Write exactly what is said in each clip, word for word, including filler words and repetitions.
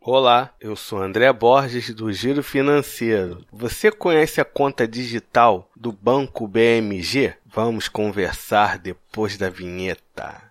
Olá, eu sou André Borges do Giro Financeiro. Você conhece a conta digital do Banco B M G? Vamos conversar depois da vinheta.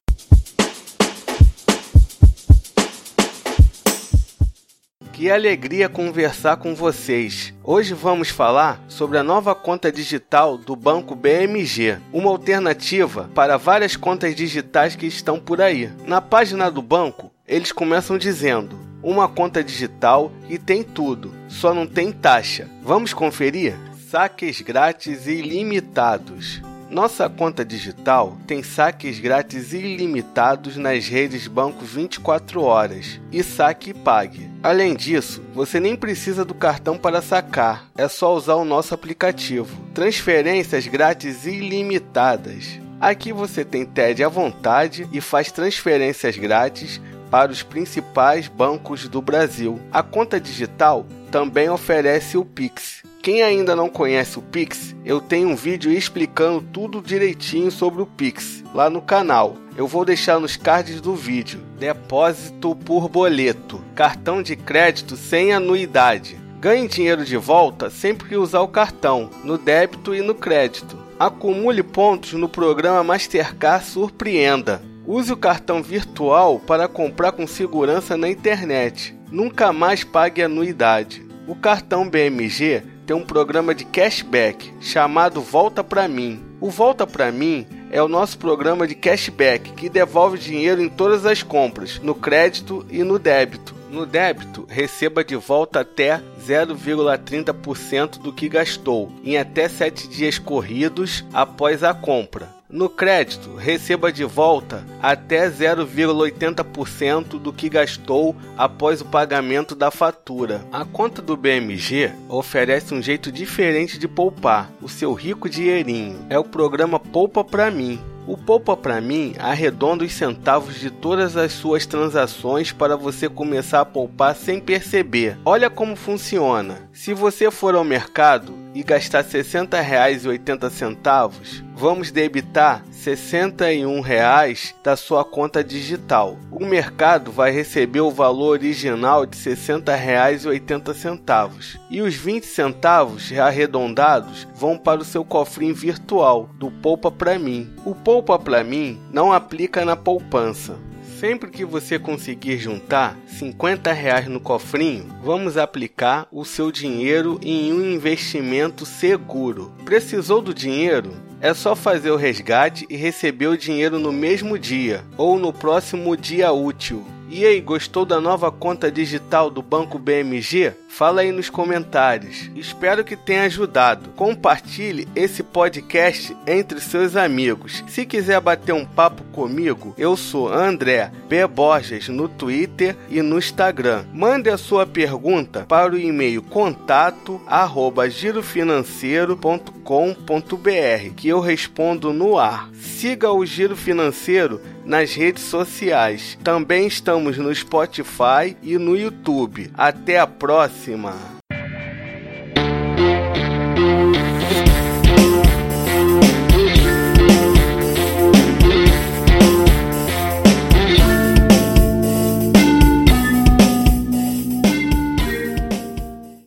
Que alegria conversar com vocês! Hoje vamos falar sobre a nova conta digital do Banco B M G, uma alternativa para várias contas digitais que estão por aí. Na página do banco, eles começam dizendo: uma conta digital e tem tudo, só não tem taxa. Vamos conferir? Saques grátis ilimitados. Nossa conta digital tem saques grátis ilimitados nas redes Banco vinte e quatro horas e Saque e Pague. Além disso, você nem precisa do cartão para sacar, é só usar o nosso aplicativo. Transferências grátis ilimitadas. Aqui você tem T E D à vontade e faz transferências grátis para os principais bancos do Brasil. A conta digital também oferece o Pix. Quem ainda não conhece o Pix, eu tenho um vídeo explicando tudo direitinho sobre o Pix, lá no canal. Eu vou deixar nos cards do vídeo. Depósito por boleto. Cartão de crédito sem anuidade. Ganhe dinheiro de volta sempre que usar o cartão, no débito e no crédito. Acumule pontos no programa Mastercard Surpreenda. Use o cartão virtual para comprar com segurança na internet. Nunca mais pague anuidade. O cartão B M G tem um programa de cashback chamado Volta Pra Mim. O Volta Pra Mim é o nosso programa de cashback que devolve dinheiro em todas as compras, no crédito e no débito. No débito, receba de volta até zero vírgula trinta por cento do que gastou, em até sete dias corridos após a compra. No crédito, receba de volta até zero vírgula oitenta por cento do que gastou após o pagamento da fatura. A conta do B M G oferece um jeito diferente de poupar, o seu rico dinheirinho. É o programa Poupa Pra Mim. O Poupa Pra Mim arredonda os centavos de todas as suas transações para você começar a poupar sem perceber. Olha como funciona. Se você for ao mercado e gastar sessenta reais e oitenta centavos, vamos debitar sessenta e um reais da sua conta digital. O mercado vai receber o valor original de sessenta reais e oitenta centavos. E os vinte centavos arredondados vão para o seu cofrinho virtual do Poupa Pra Mim. O Poupa Pra Mim não aplica na poupança. Sempre que você conseguir juntar cinquenta reais no cofrinho, vamos aplicar o seu dinheiro em um investimento seguro. Precisou do dinheiro? É só fazer o resgate e receber o dinheiro no mesmo dia ou no próximo dia útil. E aí, gostou da nova conta digital do Banco B M G? Fala aí nos comentários. Espero que tenha ajudado. Compartilhe esse podcast entre seus amigos. Se quiser bater um papo comigo, eu sou André B. Borges no Twitter e no Instagram. Mande a sua pergunta para o e-mail contato arroba girofinanceiro ponto com ponto br que eu respondo no ar. Siga o Giro Financeiro nas redes sociais. Também estamos no Spotify e no YouTube. Até a próxima!